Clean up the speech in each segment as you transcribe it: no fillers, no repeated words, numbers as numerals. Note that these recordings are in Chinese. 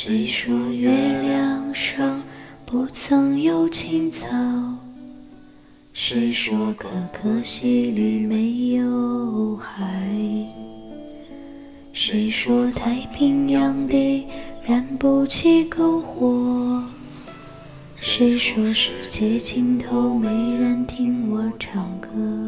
谁说月亮上不曾有青草？谁说可可西里没有海？谁说太平洋底燃不起篝火？谁说世界尽头没人听我唱歌？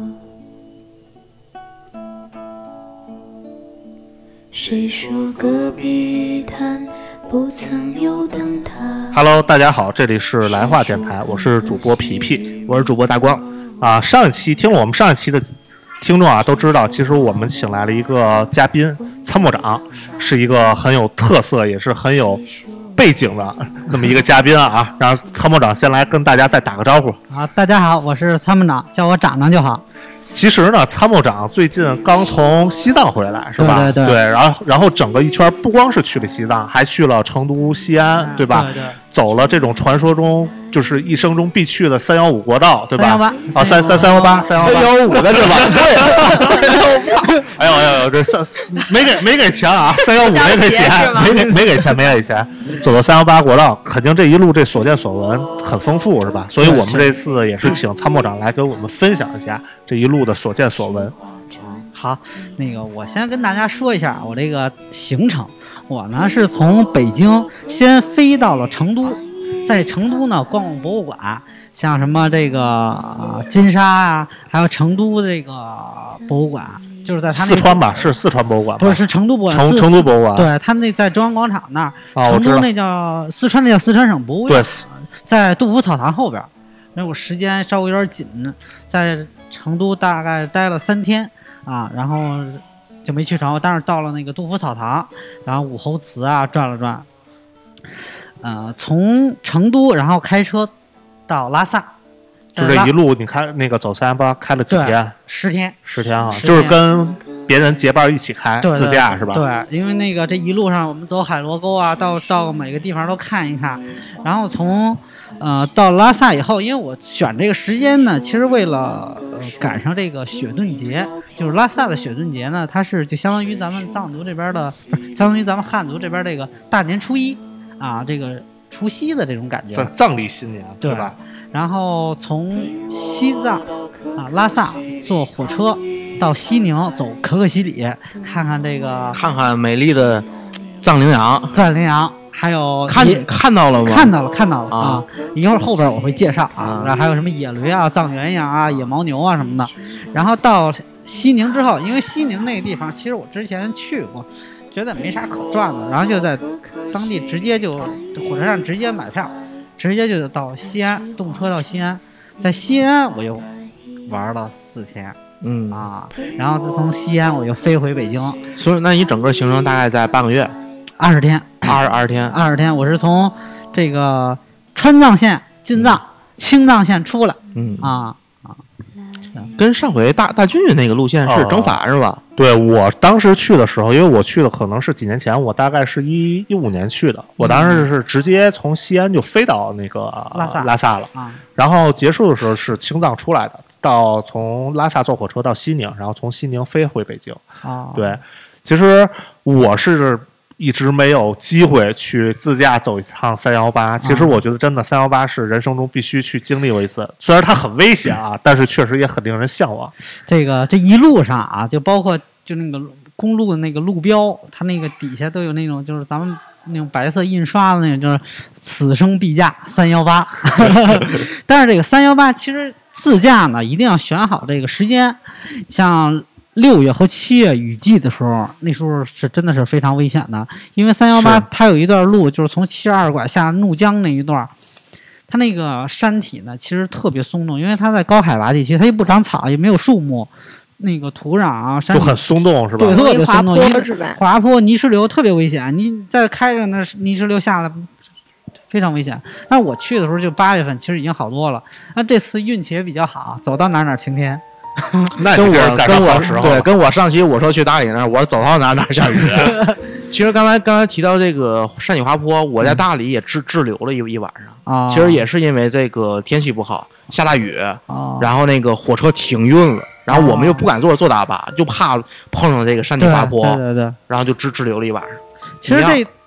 谁说戈壁滩不曾有灯塔？ Hello， 大家好，这里是来话电台，我是主播皮皮， 我是主播大光。 上一期听了我们上一期的听众都知道，其实我们请来了一个嘉宾，参谋长，是一个很有特色，也是很有背景的那么一个嘉宾啊。让参谋长先来跟大家再打个招呼。 大家好，我是参谋长，叫我长长就好。 其实呢，参谋长最近刚从西藏回来，是吧？ 对， 然后整个一圈，不光是去了西藏，还去了成都、西安，对吧？ 对， 走了这种传说中就是一生中必去的315国道，对吧？315的是吧？对。哎呦，这没给钱啊！315没给钱，走到318国道，肯定这一路这所见所闻很丰富，是吧？所以我们这次也是请参谋长来给我们分享一下这一路的所见所闻。 好，我先跟大家说一下我这个行程。我呢是从北京先飞到了成都，在成都呢逛博物馆，像什么这个金沙啊，还有成都这个博物馆，就是在他四川吧，是四川博物馆吧？ 不是成都博物馆， 成都博物馆。 对，他那在中央广场那儿。 成都那叫四川，那叫四川省博物院。 对， 在杜甫草堂后边。那我时间稍微有点紧，在成都大概待了3天啊，然后就没去成，但是到了那个杜甫草堂，然后武侯祠啊转了转，从成都然后开车到拉萨， 就这一路你看那个走318开了几天 ？10天啊，就是跟别人结伴一起开，自驾是吧？ 对，因为这一路上我们走海螺沟啊，到每个地方都看一看，然后从到拉萨以后，因为我选这个时间呢，其实为了赶上这个雪顿节，就是拉萨的雪顿节呢，它是就相当于咱们藏族这边的，相当于咱们汉族这边这个大年初一啊，这个除夕的这种感觉， 藏历新年对吧？ 然后从西藏拉萨坐火车到西宁，走可可西里，看看美丽的藏羚羊。 还有看到了吗？ 看到了啊！一会儿后边我会介绍啊，然后还有什么野驴啊、藏原羊啊、野牦牛啊什么的。然后到西宁之后，因为西宁那个地方其实我之前去过，觉得没啥可转的，然后就在当地直接就火车上直接买票，直接就到西安，动车到西安，在西安我又玩了4天。然后自从西安我又飞回北京。 所以那你整个行程大概在半个月 ？20天。20天，我是从这个川藏线进藏，青藏线出来。 跟上回大军那个路线是正反是吧？ 对，我当时去的时候，因为我去的可能是几年前，我大概是15年去的，我当时是直接从西安就飛到那个拉萨了，然后结束的时候是青藏出来的，从拉萨坐火车到西宁，然后从西宁飞回北京。对，其实我是一直没有机会去自驾走一趟318，其实我觉得真的318是人生中必须去经历过一次，虽然它很危险但是确实也很令人向往。 这一路上就包括就那个公路的那个路标，它那个底下都有那种就是咱们那种白色印刷的那种，就是此生必驾318。但是这个318其实自驾呢一定要选好这个时间，像6月和7月雨季的时候，那时候是真的是非常危险的，因为318它有一段路就是从72拐下怒江那一段，它那个山体呢其实特别松动，因为它在高海拔地区，它也不长草也没有树木，那个土壤山就很松动是吧？ 对，特别松动，滑坡泥石流特别危险，你再开着那泥石流下来非常危险。但是我去的时候就8月份，其实已经好多了。那这次运气也比较好，走到哪晴天。 那跟我上期我说去大理那儿，我走到哪下雨。其实刚才提到这个山体滑坡，我在大理也滞留了一晚上。其实也是因为这个天气不好，下大雨，然后那个火车停运了，然后我们又不敢坐大巴，就怕碰上这个山体滑坡， 对， 然后就滞留了一晚上。 其实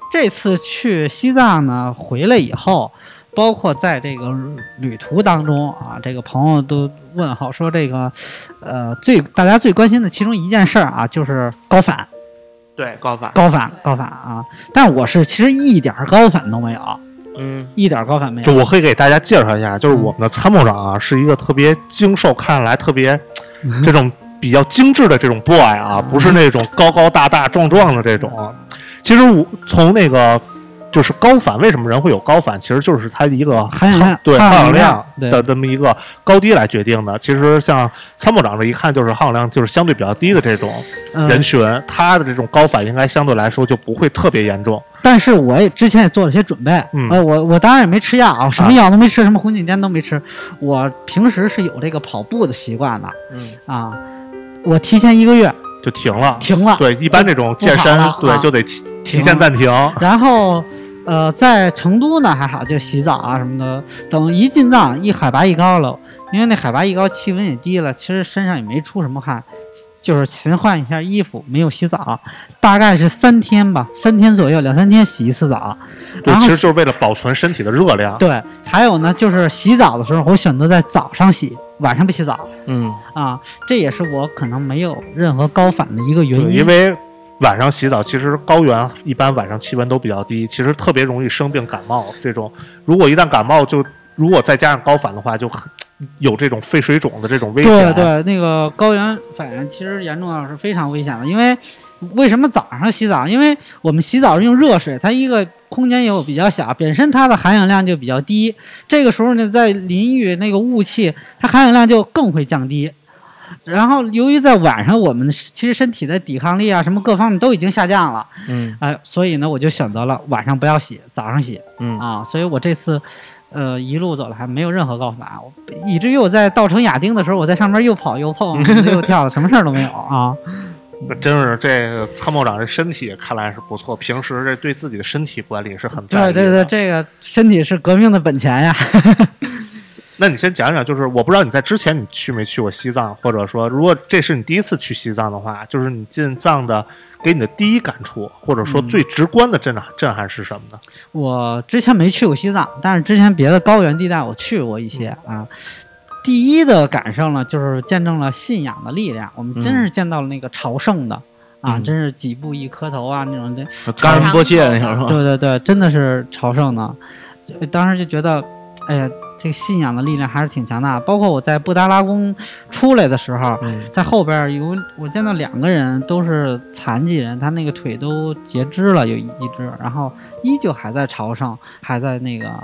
这次去西藏呢，回来以后，包括在这个旅途当中啊，这个朋友都问好说这个，大家最关心的其中一件事啊，就是高反。 对，高反啊！但我是其实一点高反都没有，一点高反没有。 就我可以给大家介绍一下，就是我们的参谋长啊，是一个特别精瘦，看来特别这种比较精致的这种 boy 啊，不是那种高高大大壮壮的这种。其实我从那个就是高反，为什么人会有高反，其实就是它一个含氧量的这么一个高低来决定的。其实像参谋长这一看就是含氧量就是相对比较低的这种人群，他的这种高反应该相对来说就不会特别严重。 但是我也之前也做了些准备，我当然也没吃药啊，什么药都没吃，什么红景天都没吃。我平时是有这个跑步的习惯的，我提前1个月就停了。对，一般这种健身对就得提前暂停。 然后在成都呢还好，就洗澡啊什么的。等一进藏，海拔一高了，因为那海拔一高，气温也低了，其实身上也没出什么汗，就是勤换一下衣服，没有洗澡，大概是3天吧，3天左右，2、3天洗一次澡。 对，其实就是为了保存身体的热量。 对，还有呢，就是洗澡的时候，我选择在早上洗，晚上不洗澡。这也是我可能没有任何高反的一个原因。 因为晚上洗澡，其实高原一般晚上气温都比较低，其实特别容易生病感冒。这种如果一旦感冒，如果再加上高反的话，就很有这种肺水肿的这种危险。 对，那个高原反应其实严重到是非常危险的。因为为什么早上洗澡？因为我们洗澡是用热水，它一个空间又比较小，本身它的含氧量就比较低。这个时候呢，在淋浴那个雾气，它含氧量就更会降低。然后由于在晚上，我们其实身体的抵抗力啊，什么各方面都已经下降了，所以呢，我就选择了晚上不要洗，早上洗，所以我这次，一路走了还没有任何高反，以至于我在稻城亚丁的时候，我在上面又跑又碰又跳，什么事儿都没有啊。 那真是这个参谋长这身体看来是不错，平时这对自己的身体管理是很在意的。 对，这个身体是革命的本钱呀。 那你先讲讲，就是我不知道你在之前你去没去过西藏，或者说如果这是你第一次去西藏的话，就是你进藏的给你的第一感触，或者说最直观的震撼是什么呢？ 我之前没去过西藏，但是之前别的高原地带我去过一些啊。第一的感受呢，就是见证了信仰的力量，我们真是见到了那个朝圣的真是几步一磕头啊那种的， 冈仁波切那种。 对，真的是朝圣的。当时就觉得，哎呀，这个信仰的力量还是挺强大。包括我在布达拉宫出来的时候，在后边我见到2个人都是残疾人，他那个腿都截肢了，有一只，然后依旧还在朝圣，还在那种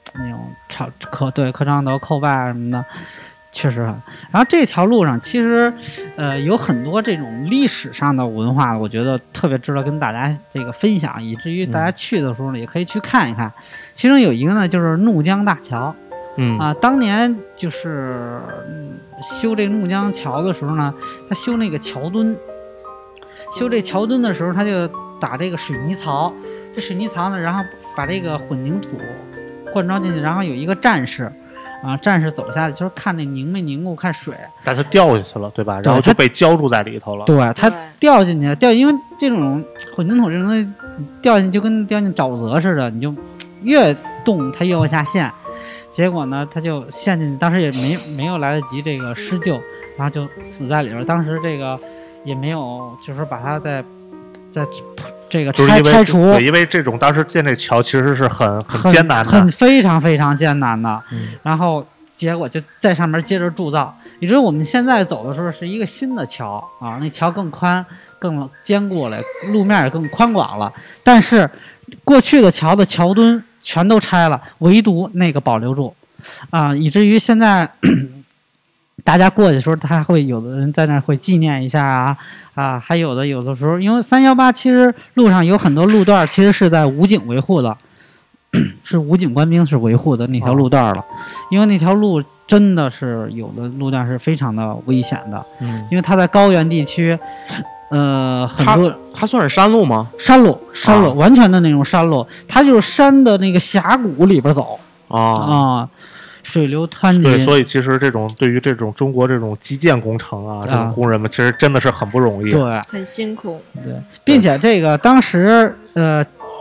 磕长头叩拜什么的，确实很。然后这条路上其实有很多这种历史上的文化，我觉得特别值得跟大家这个分享，以至于大家去的时候呢也可以去看一看。其中有一个呢就是怒江大桥。当年就是修这个怒江桥的时候呢，他修那个桥墩，修这桥墩的时候他就打这个水泥槽，这水泥槽呢，然后把这个混凝土灌装进去，然后有一个战士走下去，就是看那凝没凝固，看水， 但他掉下去了，对吧？然后就被浇筑在里头了。 对，他掉进去，因为这种混凝土这种东西掉进去就跟掉进沼泽似的，你就越动它越往下陷。结果呢，他就陷进去，当时也没有来得及这个施救，然后就死在里边。当时这个也没有，就是把它在这个拆除。 对，因为这种当时建这桥其实是很艰难的， 非常非常艰难的。然后结果就在上面接着铸造，也就是我们现在走的时候是一个新的桥啊，那桥更宽、更坚固了，路面也更宽广了。但是过去的桥的桥墩全都拆了，唯独那个保留住，以至于现在大家过去的时候，他会有的人在那儿会纪念一下还有的时候，因为318其实路上有很多路段其实是在武警维护的，是武警官兵是维护的那条路段了，因为那条路真的是有的路段是非常的危险的，因为它在高原地区。很多它算是山路吗？ 山路，完全的那种山路，它就是山的那个峡谷里边走水流湍急。 对，所以其实对于这种中国这种基建工程这种工人们，其实真的是很不容易， 对， 很辛苦。 对，并且这个当时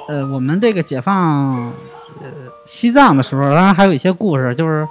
我们这个解放西藏的时候，当然还有一些故事，就是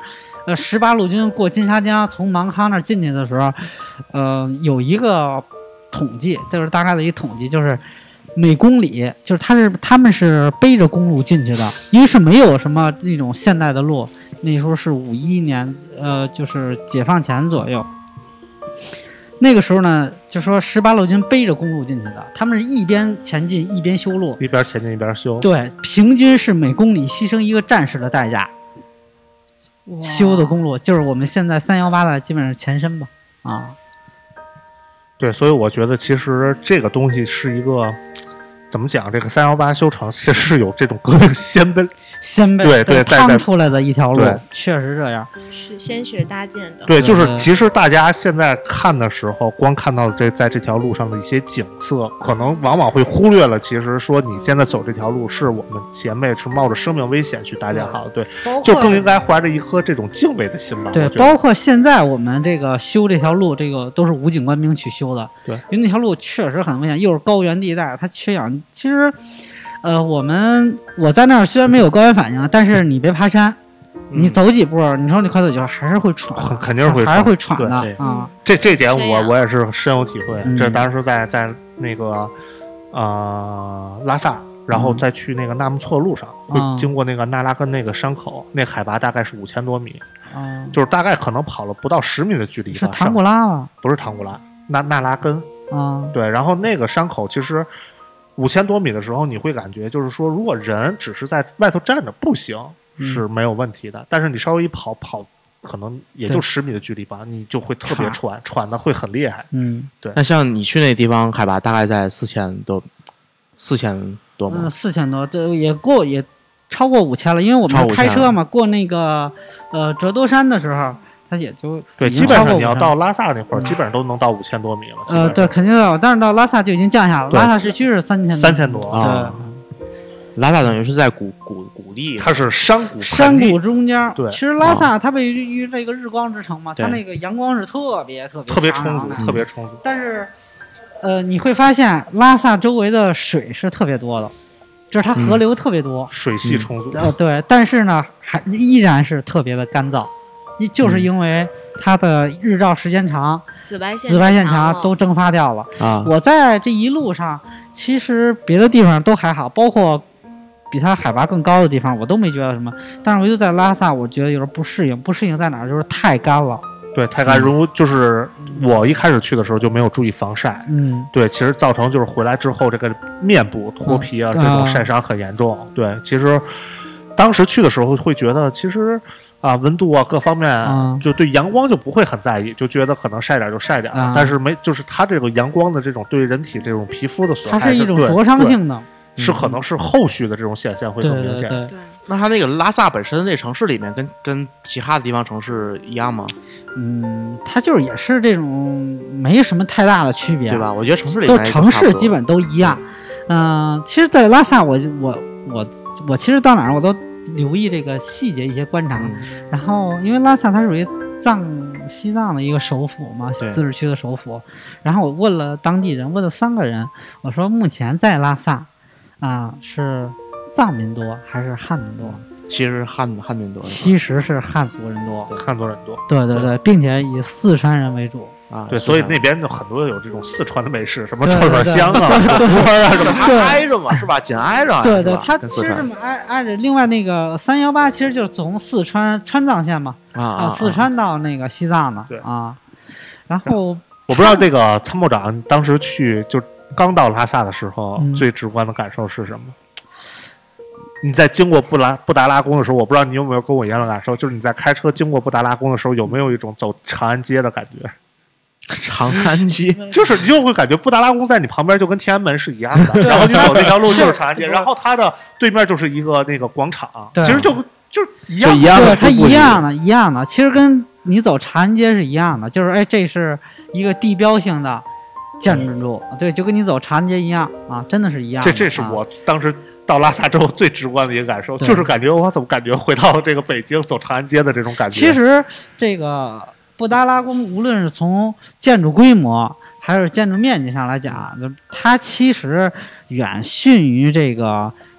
18路军过金沙江从芒康那儿进去的时候，有一个统计，就是大概的一统计，就是每公里，就是他们是背着公路进去的，因为是没有什么那种现代的路，那时候是51年，就是解放前左右。那个时候呢，就说18路军背着公路进去的，他们是一边前进一边修路， 一边前进一边修。 对，平均是每公里牺牲一个战士的代价。修的公路就是我们现在318的基本上前身吧。啊， 对，所以我觉得其实这个东西是一个。怎么讲？这个318修成其实是有这种革命先辈对趟出来的一条路，确实这样， 是鲜血搭建的。 对，就是其实大家现在看的时候，光看到在这条路上的一些景色，可能往往会忽略了，其实说你现在走这条路是我们前辈是冒着生命危险去搭建好的，对，就更应该怀着一颗这种敬畏的心吧。 对，包括现在我们这个修这条路，这个都是武警官兵去修的， 对， 因为那条路确实很危险，又是高原地带，它缺氧。其实，我在那儿虽然没有高原反应，但是你别爬山，你走几步，你说你快走几步还是会喘， 肯定是还是会喘的啊。 这点我也是深有体会。这当时在那个拉萨，然后再去那个纳木错路上，会经过那个那拉根那个山口，那海拔大概是5000多米，就是大概可能跑了不到10米的距离吧。 是唐古拉吗？ 不是唐古拉，那拉根对，然后那个山口其实。5000多米的时候，你会感觉就是说，如果人只是在外头站着步行是没有问题的，但是你稍微一跑，可能也就10米的距离吧，你就会特别喘的会很厉害。对。 那像你去那地方，海拔大概在4000多吗 ？4000多，这也超过5000了，因为我们开车嘛，过那个折多山的时候。它也就对，基本上你要到拉萨那会儿，基本上都能到5000多米了。 对，肯定要，但是到拉萨就已经降下了。拉萨市区是3000 多啊。拉萨等于是在谷地， 它是山谷中间。 对， 其实拉萨它位于这个日光之城嘛，它那个阳光是特别充足，特别充足。 但是，你会发现拉萨周围的水是特别多的，就是它河流特别多， 水系充足。 对，但是呢，依然是特别的干燥。就是因为它的日照时间长，紫外线强都蒸发掉了啊！我在这一路上，其实别的地方都还好，包括比它海拔更高的地方，我都没觉得什么。但是唯独在拉萨，我觉得有点不适应。不适应在哪儿？就是太干了。 对，太干。就是我一开始去的时候就没有注意防晒。对，其实造成就是回来之后这个面部脱皮啊，这种晒伤很严重。对，其实当时去的时候会觉得，其实。温度啊，各方面就对阳光就不会很在意，就觉得可能晒点就晒点，但是就是它这个阳光的这种对人体这种皮肤的损害， 它是一种灼伤性的， 是可能是后续的这种现象会更明显。 对， 那它那个拉萨本身那城市里面跟其他的地方城市一样吗？ 它就是也是这种没什么太大的区别， 对吧？我觉得城市里城市基本都一样。其实，在拉萨我其实到哪儿我都。留意这个细节一些观察，然后因为拉萨它属于西藏的一个首府嘛，自治区的首府，然后我问了当地人，问了3个人，我说目前在拉萨是藏民多还是汉民多？ 其实汉民多， 其实是汉族人多， 汉族人多， 对，并且以四川人为主。 对，所以那边就很多有这种四川的美食，什么串串香啊、火锅啊，什么挨着嘛，是吧？紧挨着。 对，它其实这么挨着。另外那个318其实就是从四川川藏线嘛，四川到那个西藏的。 对然后我不知道这个参谋长当时去就刚到拉萨的时候，最直观的感受是什么？你在经过布达拉宫的时候，我不知道你有没有跟我一样的感受，就是你在开车经过布达拉宫的时候，有没有一种走长安街的感觉？ 长安街就是你就会感觉布达拉宫在你旁边就跟天安门是一样的，然后你走那条路就是长安街，然后它的对面就是一个那个广场，其实就一样， 对，它一样的，其实跟你走长安街是一样的，就是这是一个地标性的建筑，对，就跟你走长安街一样真的是一样的。 这是我当时到拉萨之后最直观的一个感受，就是感觉我怎么感觉回到这个北京走长安街的这种感觉。 其实这个布达拉宫无论是从建筑规模还是建筑面积上来讲，它其实远逊于这个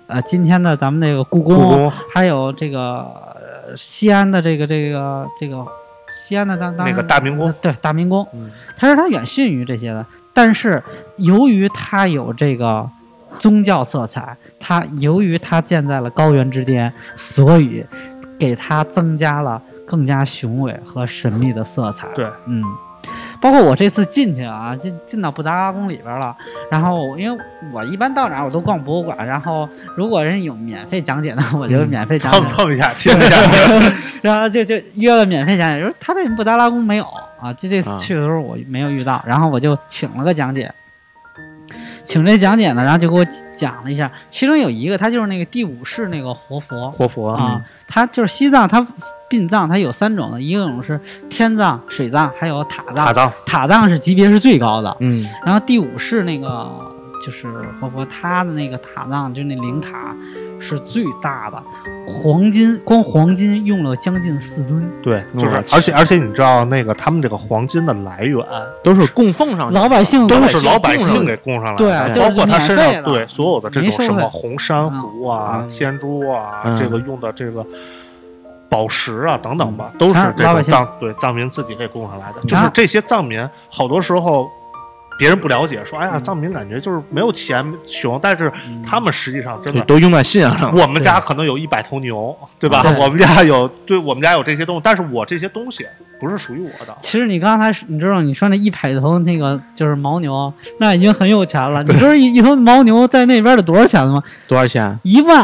今天的咱们那个故宫，还有这个西安的这个西安的当那个大明宫， 对，大明宫，它是它远逊于这些的，但是由于它有这个宗教色彩，由于它建在了高原之巅，所以给它增加了更加雄伟和神秘的色彩。 对， 包括我这次进去啊，进到布达拉宫里边了。然后，因为我一般到哪我都逛博物馆，然后如果人有免费讲解呢，我就免费讲解， 蹭一下，听一下， 然后就约了免费讲解。就是他这布达拉宫没有啊，这次去的时候我没有遇到，然后我就请了个讲解。请这讲解呢，然后就给我讲了一下，其中有一个，他就是那个第5世那个活佛啊，他就是西藏，他殡葬它有3种的，一种是天葬、水葬，还有塔葬。塔葬是级别是最高的，然后第5世那个就是活佛，他的那个塔葬就那灵塔是最大的，光黄金用了将近4吨。 对，就是而且你知道那个他们这个黄金的来源都是供奉上， 老百姓都是老百姓给供上来的， 对， 包括他身上对所有的这种什么红珊瑚啊、天珠啊，这个用的这个宝石啊等等吧，都是这个藏民自己给供上来的。就是这些藏民好多时候别人不了解，说哎呀，藏民感觉就是没有钱穷，但是他们实际上真的都用在信仰上。 我们家可能有100头牛，对吧？我们家有这些东西，但是我这些东西不是属于我的。 其实你刚才你知道你说那100头那个就是牦牛，那已经很有钱了。你知道一头牦牛在那边得多少钱吗？ 多少钱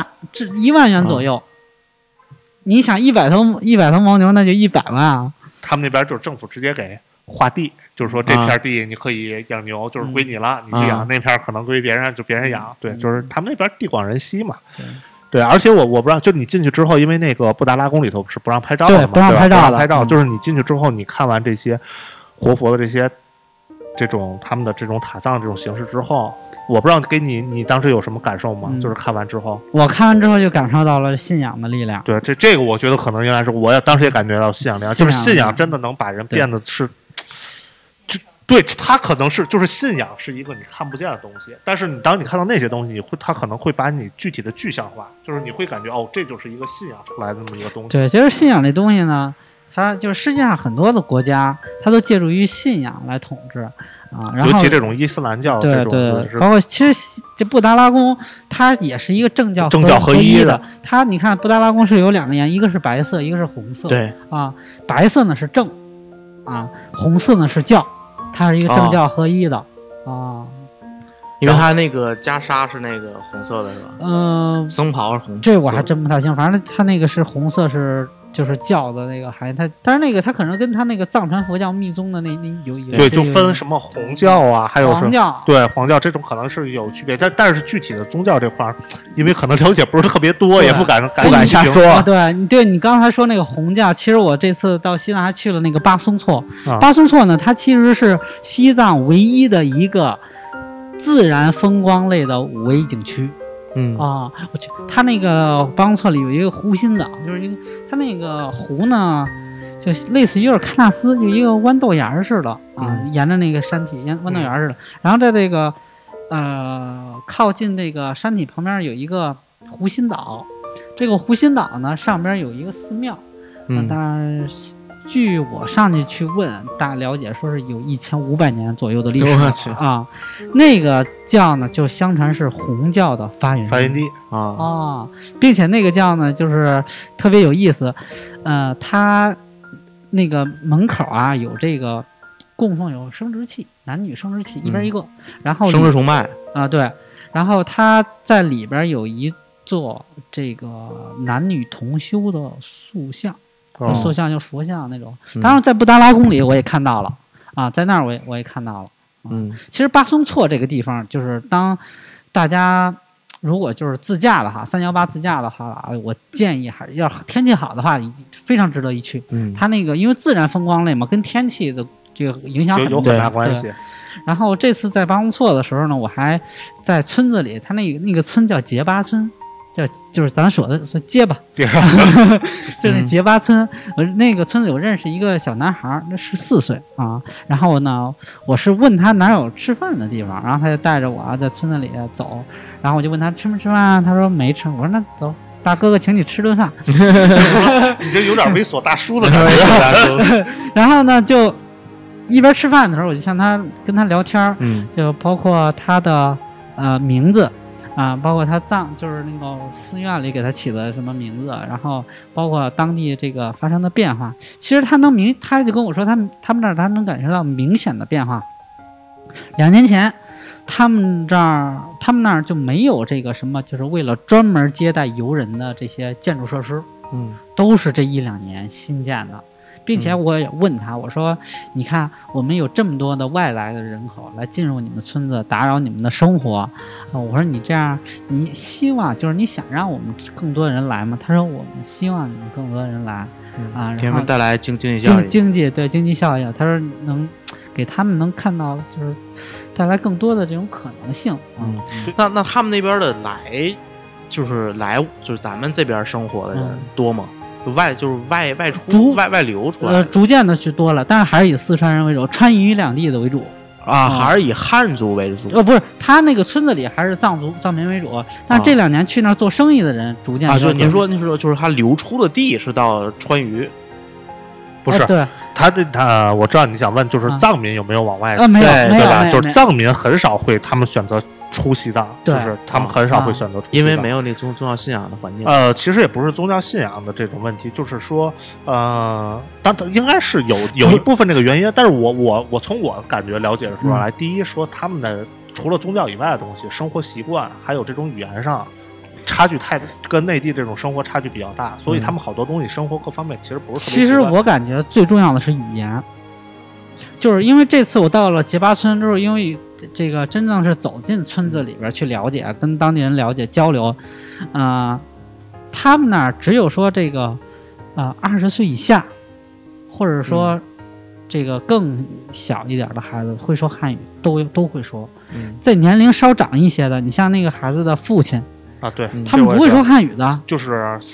？1万元左右。你想100头牦牛，那就100万啊！ 他们那边就是政府直接给划地，就是说这片地你可以养牛，就是归你了，你去养；那片可能归别人，就别人养。对，就是他们那边地广人稀嘛。对，而且我不知道，就你进去之后，因为那个布达拉宫里头是不让拍照的嘛， 对，不让拍照， 就是你进去之后，你看完这些活佛的这种他们的这种塔葬这种形式之后。我不知道给你当时有什么感受吗？就是看完之后， 我看完之后就感受到了信仰的力量。 对，这个我觉得可能应该是我当时也感觉到信仰力量，就是信仰真的能把人变得是，对，它可能是就是信仰是一个你看不见的东西，但是当你看到那些东西，它可能会把你具体的具象化，就是你会感觉这就是一个信仰出来的那么一个东西。 对，其实信仰这东西呢，它就是世界上很多的国家，它都借助于信仰来统治。然后尤其这种伊斯兰教这种， 对，包括其实这布达拉宫，它也是一个政教合一的。它你看布达拉宫是有2个颜，一个是白色，一个是红色。 对白色呢是正，红色呢是教，它是一个政教合一的因为它那个袈裟是那个红色的，是吧？僧袍是红色。 这我还真不太清，反正它那个是红色是。就是教的那个含义，但是那个它可能跟它那个藏传佛教密宗的那有对，就分什么红教啊，还有黄教， 对黄教这种可能是有区别，但是具体的宗教这块儿，因为可能了解不是特别多，也不敢瞎说。 对你刚才说那个红教，其实我这次到西藏还去了那个巴松措。巴松措呢，它其实是西藏唯一的一个自然风光类的5 A 景区。我去，它那个巴松措里有一个湖心岛，就是一个它那个湖呢，就类似于有点喀纳斯，就一个豌豆芽似的沿着那个山体，豌豆芽似的。然后在这个靠近这个山体旁边有一个湖心岛，这个湖心岛呢上边有一个寺庙，当然。据我上去问，大家了解说是有1500年左右的历史那个教呢，就相传是红教的发源地并且那个教呢，就是特别有意思，它那个门口有这个供奉有生殖器，男女生殖器一边一个，然后生殖崇拜对，然后它在里边有一座这个男女同修的塑像。塑像就是佛像那种，当然在布达拉宫里我也看到了在那儿我也看到了。其实巴松措这个地方，就是当大家如果就是自驾的哈，318自驾的话，我建议还是要天气好的话，非常值得一去。它那个因为自然风光类嘛，跟天气的这个影响有很大关系。 然后这次在巴松措的时候呢，我还在村子里，它那个村叫杰巴村。 就是咱说的说结巴，就是那结巴村。那个村子我认识一个小男孩，那14岁啊。然后呢，我是问他哪有吃饭的地方，然后他就带着我在村子里走。然后我就问他吃没吃饭，他说没吃。我说那走，大哥哥请你吃顿饭。 你这有点猥琐大叔的感觉。 然后呢，就一边吃饭的时候，我就跟他聊天，就包括他的名字啊，包括他就是那个寺院里给他起的什么名字，然后包括当地这个发生的变化。其实他就跟我说他们那儿他能感受到明显的变化。2年前，他们那儿就没有这个什么，就是为了专门接待游人的这些建筑设施，都是这1-2年新建的。并且我也问他，我说你看我们有这么多的外来的人口来进入你们村子，打扰你们的生活，我说你这样你希望就是你想让我们更多的人来吗？他说我们希望你们更多的人来给他们带来经济效益， 经济效益。他说能给他们能看到就是带来更多的这种可能性。 那他们那边的就是咱们这边生活的人多吗？外出外流出来， 逐渐的去多了，但是还是以四川人为主，川渝两地的为主还是以汉族为主。 不是，他那个村子里还是藏民为主，但是这2年去那儿做生意的人逐渐就您说就是他流出的地是到川渝， 不是？ 对， 他我知道你想问，就是藏民有没有往外没有， 对吧？就是藏民很少会，他们选择出西藏，就是他们很少会选择出西藏， 因为没有那宗教信仰的环境。 其实也不是宗教信仰的这种问题，就是说，但应该是有一部分这个原因。但是我从我感觉了解出来，第一说他们的除了宗教以外的东西，生活习惯还有这种语言上差距跟内地这种生活差距比较大，所以他们好多东西生活各方面其实不是特别。 其实我感觉最重要的是语言，就是因为这次我到了结巴村之后，因为这个真正是走进村子里边去了解，跟当地人了解交流，他们那儿只有说这个20岁以下，或者说这个更小一点的孩子会说汉语，都会说。在年龄稍长一些的，你像那个孩子的父亲对， 他们不会说汉语的， 就是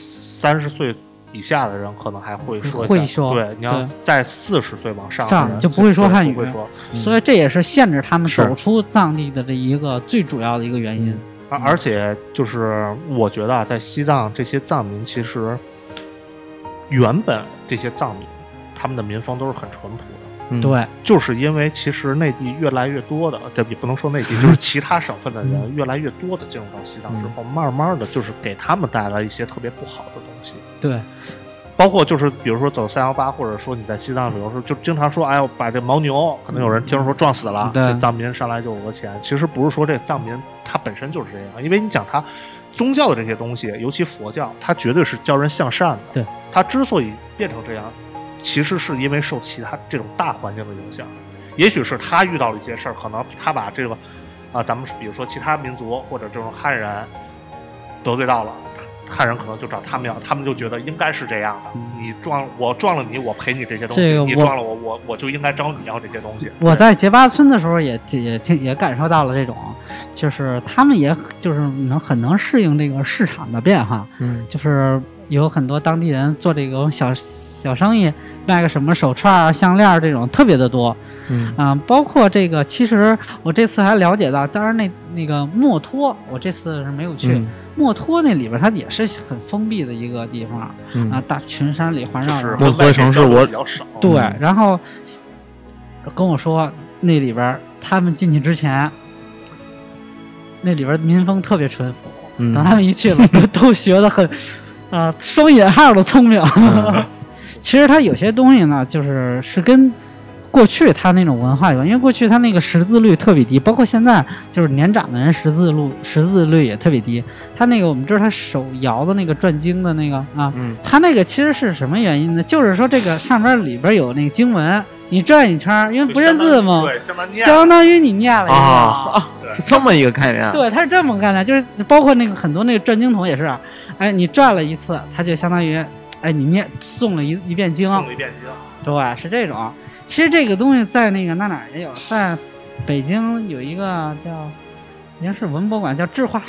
30岁以下的人可能还会说，对，你要在40岁往上就不会说汉语， 不会说， 所以这也是限制他们走出藏地的这一个最主要的一个原因。 而且就是我觉得在西藏这些藏民，其实原本这些藏民他们的民风都是很淳朴的。 对， 就是因为其实内地越来越多的，这也不能说内地，就是其他省份的人越来越多的进入到西藏之后，慢慢的就是给他们带来一些特别不好的东西。 对， 包括就是比如说走318，或者说你在西藏旅游时候，就经常说，哎呦，把这牦牛，可能有人听说撞死了，这藏民上来就讹钱。其实不是说这藏民他本身就是这样，因为你讲他宗教的这些东西，尤其佛教，它绝对是教人向善的。 对， 他之所以变成这样，其实是因为受其他这种大环境的影响。也许是他遇到了一些事儿，可能他把这个咱们比如说其他民族或者这种汉人得罪到了，汉人可能就找他们要，他们就觉得应该是这样的。你我撞了你，我赔你这些东西；你撞了我就应该找你要这些东西。 我在结巴村的时候也感受到了这种，就是他们也就是很能适应这个市场的变化。就是有很多当地人做这种小生意，卖个什么手串、项链这种特别的多。包括这个，其实我这次还了解到，当然那个墨脱，我这次是没有去。墨脱那里边它也是很封闭的一个地方大群山里环绕着。 墨脱城市我比较少。 对，然后跟我说那里边他们进去之前，那里边民风特别淳朴。等他们一去了，都学得很双引号的聪明。其实它有些东西呢，是跟过去它那种文化有关，因为过去它那个识字率特别低，包括现在就是年长的人识字率也特别低。它那个我们知道它手摇的那个转经的那个它那个其实是什么原因呢？就是说这个上边里边有那个经文，你转一圈，因为不认字嘛， 对， 相当于你念了一个这么一个概念。 对，它是这么概念，就是包括那个很多那个转经筒也是，你转了一次，它就相当于你诵了一遍经，对，是这种。其实这个东西在那个哪儿也有，在北京有一个叫应该是文博馆，叫智化寺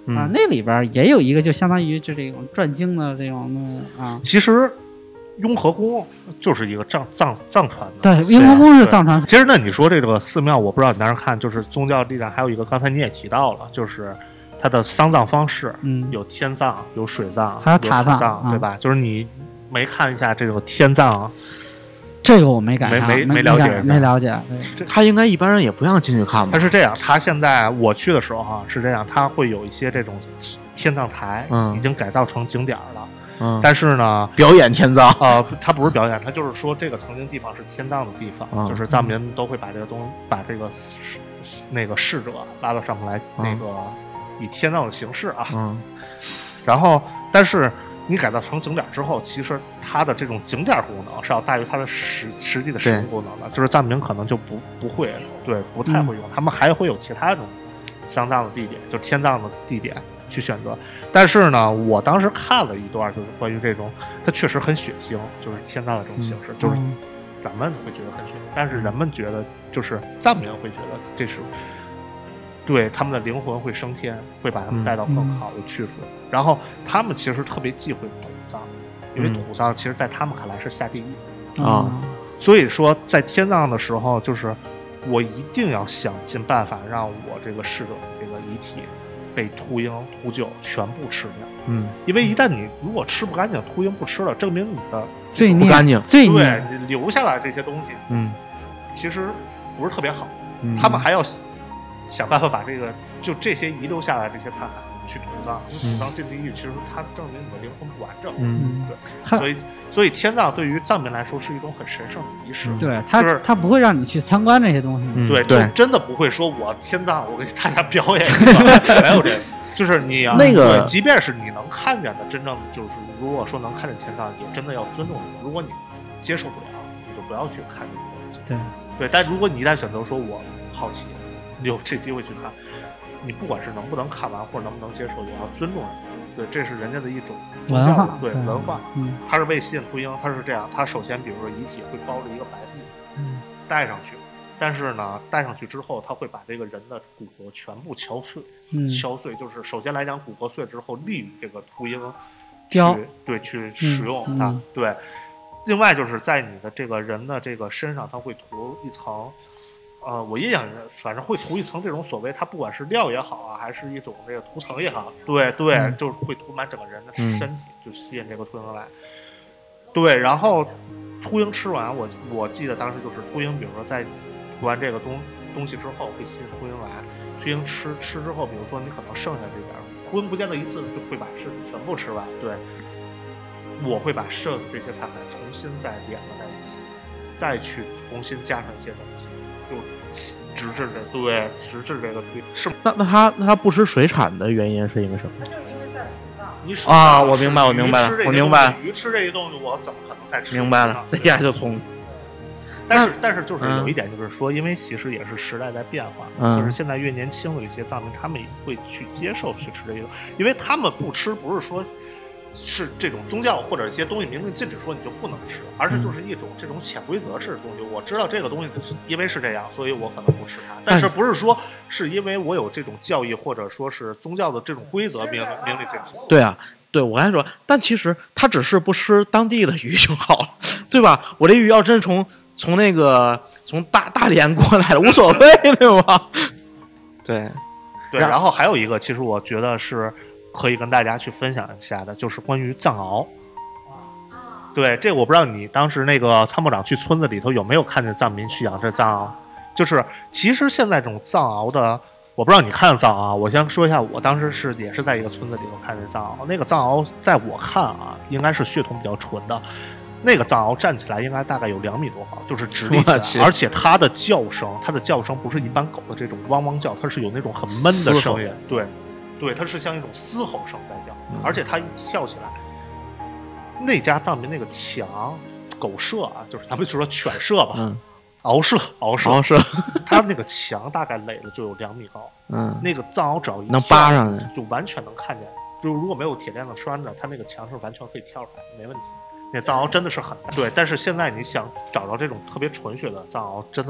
啊，那里边也有一个就相当于就这种转经的这种的啊。 其实雍和宫就是一个藏传的， 对，雍和宫是藏传。 其实那你说这个寺庙，我不知道你当时看，就是宗教力量还有一个，刚才你也提到了，就是它的丧葬方式，有天葬，有水葬， 还有塔葬，对吧？就是你没看一下这种天葬。 这个我没敢看， 没了解， 没了解。 他应该一般人也不让进去看吧？ 他是这样，他现在我去的时候哈是这样，他会有一些这种天葬台，已经改造成景点了。但是呢， 表演天葬他不是表演，他就是说这个曾经地方是天葬的地方，就是藏民都会把这个把这个那个逝者拉到上面来，那个以天葬的形式啊。然后，但是。你改造成景点之后，其实它的这种景点功能是要大于它的实际的使用功能的，就是藏民可能就不会，对，不太会用，他们还会有其他这种丧葬的地点，就天葬的地点去选择。但是呢，我当时看了一段，就是关于这种，它确实很血腥，就是天葬的这种形式，就是咱们会觉得很血腥，但是人们觉得，就是藏民会觉得这是。对，他们的灵魂会升天，会把他们带到更好的去处。然后他们其实特别忌讳土葬，因为土葬其实在他们看来是下地狱啊。 所以说，在天葬的时候，就是我一定要想尽办法让我这个逝者这个遗体被秃鹰、秃鹫全部吃掉。因为一旦你如果吃不干净，秃鹰不吃了，证明你的罪孽不干净， 对你留下来这些东西，其实不是特别好。他们还要想办法把就这些遗留下来这些残骸去土葬，土葬进地狱，其实它证明你的灵魂不完整。对，所以天葬对于藏民来说是一种很神圣的仪式。 对，他不会让你去参观这些东西。 对，就真的不会说我天葬，我给大家表演一个，没有这个。就是你那个， 即便是你能看见的，真正就是如果说能看见天葬，也真的要尊重你。如果你接受不了，你就不要去看这些东西。对，但如果你一旦选择说我好奇。有这机会去看，你不管是能不能看完或者能不能接受，也要尊重人。对，这是人家的一种文化， 对文化。他是为吸引秃鹰，他是这样，他首先比如说遗体会包着一个白布，带上去，但是呢，带上去之后，他会把这个人的骨骼全部敲碎，敲碎就是首先来讲，骨骼碎之后利于这个秃鹰去使用它。对，另外就是在你的这个人的这个身上，他会涂一层。我印象反正会涂一层这种所谓，它不管是料也好啊，还是一种这个涂层也好，对，就是会涂满整个人的身体，就吸引这个秃鹰来。对，然后秃鹰吃完，我记得当时就是秃鹰，比如说在涂完这个东西之后，会吸引秃鹰来。秃鹰吃之后，比如说你可能剩下这点，秃鹰不见得一次就会把尸体全部吃完。对，我会把剩的这些残骸重新再连合在一起，再去重新加上一些东西。就直至这个推是那他不吃水产的原因是因为什么？ 他就是因为在你我明白了。 鱼吃这些东西，我怎么可能再吃？ 明白了，这下就通。 但是就是有一点就是说，因为其实也是时代在变化，就是现在越年轻的一些藏民，他们也会去接受去吃这些，因为他们不吃不是说。是这种宗教或者一些东西明令禁止说你就不能吃，而是就是一种这种潜规则式的东西。我知道这个东西因为是这样，所以我可能不吃它，但是不是说是因为我有这种教义或者说是宗教的这种规则明令禁止。 对啊，对我刚才说，但其实他只是不吃当地的鱼就好了，对吧？我这鱼要真从大连过来的无所谓，对吧？对， 然后还有一个，其实我觉得是。可以跟大家去分享一下的，就是关于藏獒。对，这个我不知道你当时那个参谋长去村子里头有没有看见藏民去养这藏獒。就是其实现在这种藏獒的，我不知道你看见藏獒，我先说一下，我当时也是在一个村子里头看见藏獒。那个藏獒在我看啊，应该是血统比较纯的。那个藏獒站起来应该大概有2米多高，就是直立起来，而且它的叫声不是一般狗的这种汪汪叫，它是有那种很闷的声音。对，它是像一种嘶吼声在叫，而且它一跳起来，那家藏民那个墙狗舍啊，就是咱们就说犬舍吧，獒舍，它那个墙大概垒了就有2米高，那个藏獒只要一能扒上去， 就完全能看见，就如果没有铁链子拴着，它那个墙是完全可以跳出来，没问题。那藏獒真的是很大，对，但是现在你想找到这种特别纯血的藏獒，真的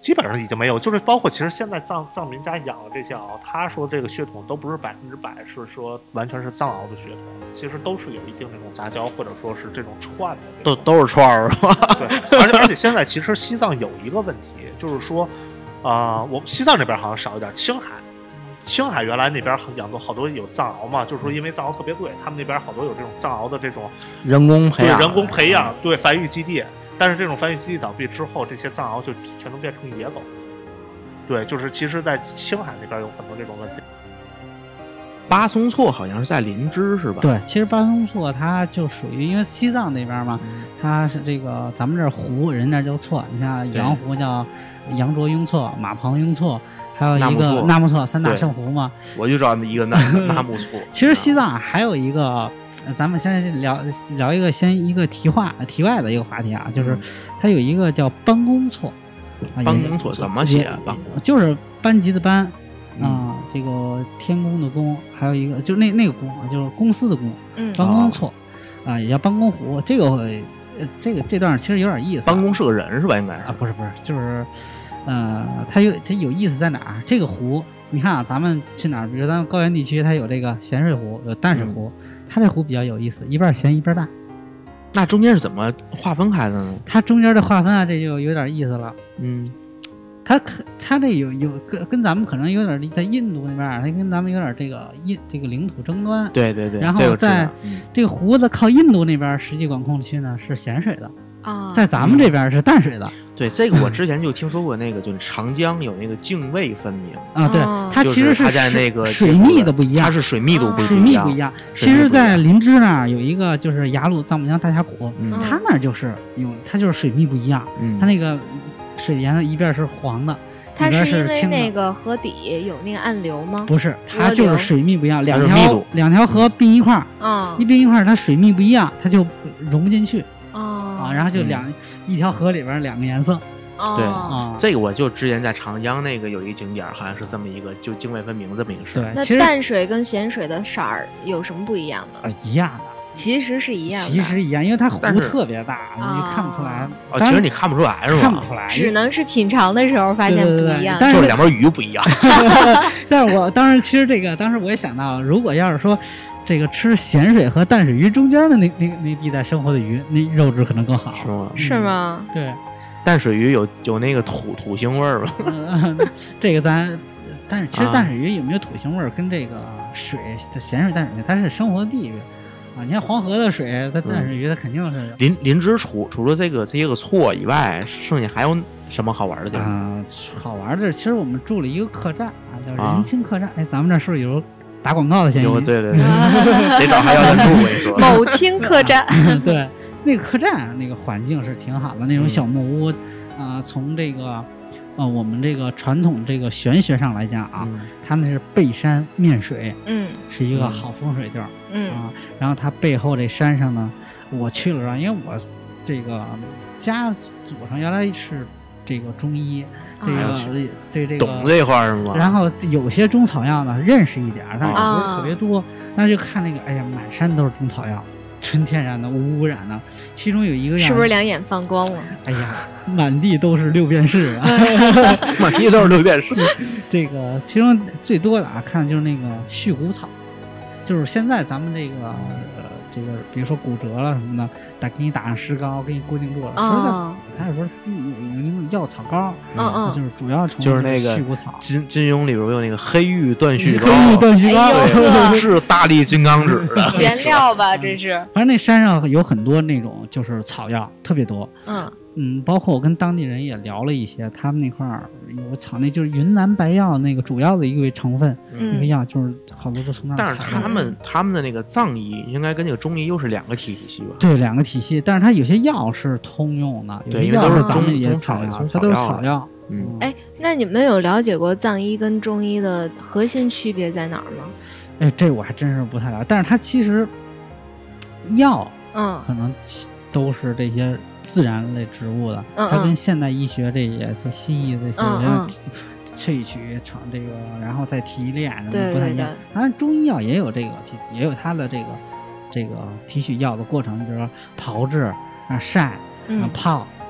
基本上已经没有，就是包括其实现在藏民家养的这些獒，他说这个血统都不是100%是说完全是藏獒的血统，其实都是有一定这种杂交或者说是这种串的， 都是串儿是吧？ 对，而且现在其实西藏有一个问题，就是说，我们西藏这边好像少一点，青海原来那边养多好多有藏獒嘛，就是说因为藏獒特别贵，他们那边好多有这种藏獒的这种人工培养， 对繁育基地。但是这种繁育基地倒闭之后，这些藏獒就全都变成野狗。对，就是其实在青海那边有很多这种问题。 巴松措好像是在林芝是吧？ 对，其实巴松措它就属于，因为西藏那边嘛，它是这个咱们这湖，人那叫措，你像羊湖叫羊卓雍措、马旁雍措，还有一个纳木错3大圣湖嘛。 我就知道一个纳木错。 其实西藏还有一个。咱们先聊一个一个题外的一个话题啊，就是它有一个叫班公错， 班公错怎么写？ 就是班级的班这个天宫的宫，还有一个就是那个宫啊，就是公司的宫，班公错也叫班公湖。这段其实有点意思。 班公是个人是吧？应该是不是，就是它有意思在哪儿？这个湖，你看啊，咱们去哪儿？比如咱们高原地区，它有这个咸水湖，有淡水湖。它这湖比较有意思，一半咸一半淡。 那中间是怎么划分开的呢？ 它中间的划分啊，这就有点意思了。它这有跟咱们可能有点在印度那边，它跟咱们有点这个领土争端。 对。 然后在这个湖子靠印度那边实际管控区呢是咸水的在咱们这边是淡水的。 对，这个我之前就听说过，那个就是长江有那个泾渭分明对，它其实是它在那个水密的不一样， 它是水密度不一样， 水密不一样。其实，在林芝那儿有一个就是雅鲁藏布江大峡谷，它那儿就是它就是水密不一样，它那个水源的一边是黄的。 它是因为那个河底有那个暗流吗？ 不是，它就是水密不一样，两条河并一块儿，一并一块儿，它水密不一样，它就融不进去。然后就一条河里边2个颜色。 对这个我就之前在长江那个有一个景点，好像是这么一个就泾渭分明这么一个事。 对， 那淡水跟咸水的色儿有什么不一样的？ 一样的， 其实是一样的， 其实一样，因为它湖特别大，你看不出来。 其实你看不出来是吧？ 看不出来， 只能是品尝的时候发现不一样， 就是两边鱼不一样。 但是我当时其实当时我也想到，如果要是说。这个吃咸水和淡水鱼中间的那地带生活的鱼，那肉质可能更好， 是吗？ 是吗？ 对， 淡水鱼有那个土腥味儿吧？ 这个但是其实淡水鱼有没有土腥味儿，跟这个水的咸水淡水它是生活的地域你看黄河的水，它淡水鱼它肯定是林芝除了这些个错以外，剩下还有什么好玩的地方？ 好玩的，其实我们住了一个客栈叫仁清客栈。咱们这是不是有打广告的嫌疑？ 对，得找还要赞助，我跟你说。 某清客栈， 对，那个客栈那个环境是挺好的，那种小木屋，从这个我们这个传统这个玄学上来讲它那是背山面水，是一个好风水地儿，然后它背后这山上呢，我去了，因为我这个家祖上原来是这个中医。对这个懂这块是吗？ 然后有些中草药呢认识一点，但是不是特别多。但是就看那个，哎呀，满山都是中草药，纯天然的，无污染的。其中有一个是不是两眼放光了？ 哎呀，满地都是六便士啊！ 满地都是六便士。 这个其中最多的看就是那个续骨草，就是现在咱们这个比如说骨折了什么的，给你打上石膏，给你固定住了。说它是说有那种药草膏，就是主要就是那个续骨草。 金庸里边有那个黑玉断续膏，是大力金刚指的原料吧？这是。 反正那山上有很多那种就是草药，特别多。包括我跟当地人也聊了一些，他们那块儿有草，那就是云南白药那个主要的一个成分，那个药就是好多都从那儿。 但是他们的那个藏医应该跟那个中医又是两个体系吧？ 对，两个体系，但是它有些药是通用的， 对，因为都是咱们也草药，它都是草药。 那你们有了解过藏医跟中医的核心区别在哪儿吗？ 这我还真是不太了解，但是它其实药，可能都是这些自然类植物的，它跟现代医学这些就西医这些萃取这个，然后再提炼，不太一样。当然中医药也有也有它的这个提取药的过程，比如说炮制、晒、泡，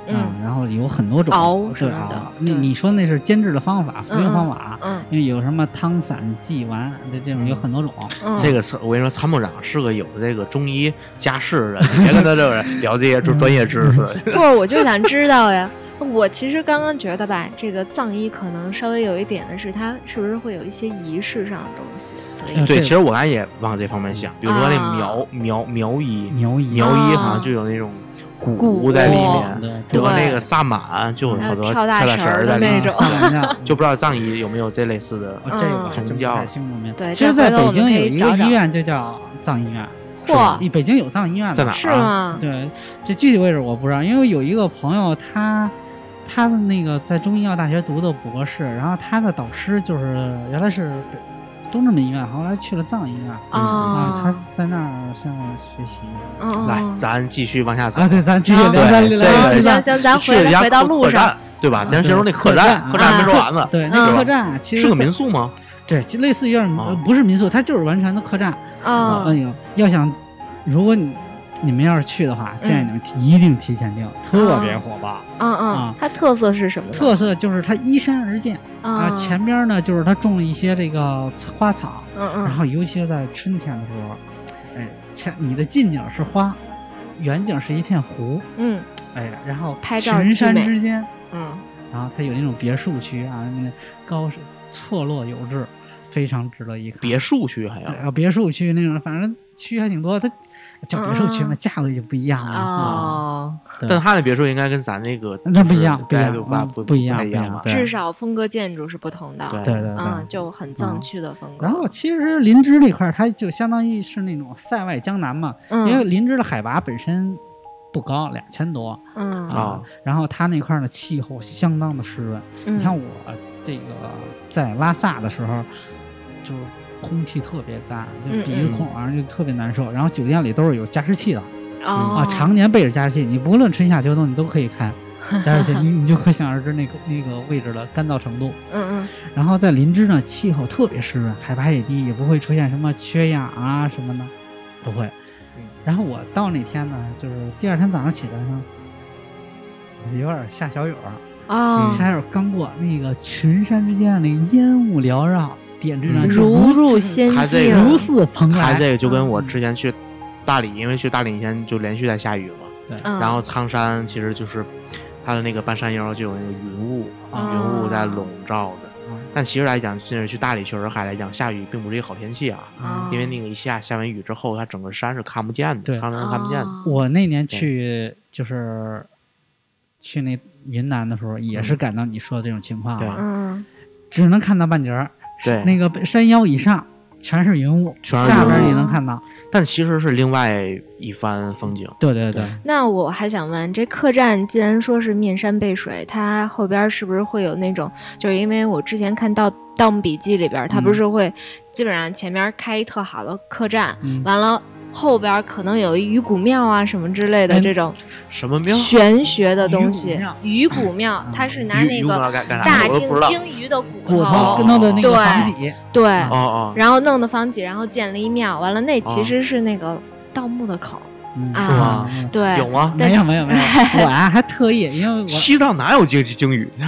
然后有很多种熬什么的。 你说那是煎制的方法，服用方法，因为有什么汤散剂丸的这种有很多种。 这个我跟你说，参谋长是个有这个中医家世的，你别跟他这个聊这些专业知识。 不，我就想知道呀。我其实刚刚觉得吧，这个藏医可能稍微有一点的是，它是不是会有一些仪式上的东西？所以对，其实我刚才也往这方面想，比如说那苗医好像就有那种鼓在里面，和那个萨满就有好多跳大神在里面，就不知道藏医有没有这类似的宗教。 对， 其实在北京有一个医院就叫藏医院。嚯，北京有藏医院在哪儿？ 是吗？ 对，这具体位置我不知道，因为有一个朋友他的那个在中医药大学读的博士，然后他的导师就是原来是东直门医院，后来去了藏医院他在那儿现在学习。 来，咱继续往下走对，咱继续聊。 行，咱回到路上， 对吧？咱先说那客栈没说完呢。 对，那个客栈其实是个民宿吗？ 对，类似于有点不是民宿，它就是完全的客栈。要想，如果你们要是去的话，建议你们一定提前订，特别火爆。 它特色是什么？ 特色就是它依山而建前边呢就是它种了一些这个花草，然后尤其是在春天的时候，你的近景是花，远景是一片湖，然后群山之间，然后它有那种别墅区啊，那高错落有致，非常值得一看。 别墅区还要别墅区那种，反正区还挺多。它叫别墅区嘛，价格就不一样了但它的别墅应该跟咱那个那不一样， 不一样， 至少风格建筑是不同的。 对， 就很藏区的风格。 然后其实林芝这块它就相当于是那种塞外江南嘛，因为林芝的海拔本身不高，2000多然后它那块的气候相当的湿润。你看我这个在拉萨的时候，就是空气特别干，就鼻孔就特别难受。然后酒店里都是有加湿器的常年备着加湿器，你不论春夏秋冬你都可以开加湿器，你就可想而知那个位置的干燥程度。然后在林芝呢，气候特别湿润，海拔也低，也不会出现什么缺氧啊什么的，不会。然后我到那天呢，就是第二天早上起来呢，有点下小雨下小雨刚过，那个群山之间那个烟雾缭绕，点缀呢如入仙境， 如似蓬莱。 它这个就跟我之前去大理，因为去大理以前就连续在下雨嘛， 对， 然后苍山其实就是它的那个半山腰就有那个云雾在笼罩着。但其实来讲，真是去大理确实还来讲，下雨并不是一个好天气因为那个一下完雨之后，它整个山是看不见的，常人看不见的。 我那年去就是去那云南的时候，也是赶到你说的这种情况只能看到半截儿， 对， 那个山腰以上全是云雾，下边你能看到， 但其实是另外一番风景。 对。 那我还想问，这客栈既然说是面山背水，它后边是不是会有那种，就是因为我之前看《盗墓笔记》里边，它不是会基本上前面开一特好的客栈，完了后边可能有鱼骨庙啊什么之类的这种什么庙玄学的东西。鱼骨庙它是拿那个大鲸鱼的骨头弄的那个房脊， 对，然后弄的房脊，然后建了一庙，完了那其实是那个盗墓的口。 是吗？ 对， 有吗？ 没有，我还特意，因为西藏哪有鲸鱼呢？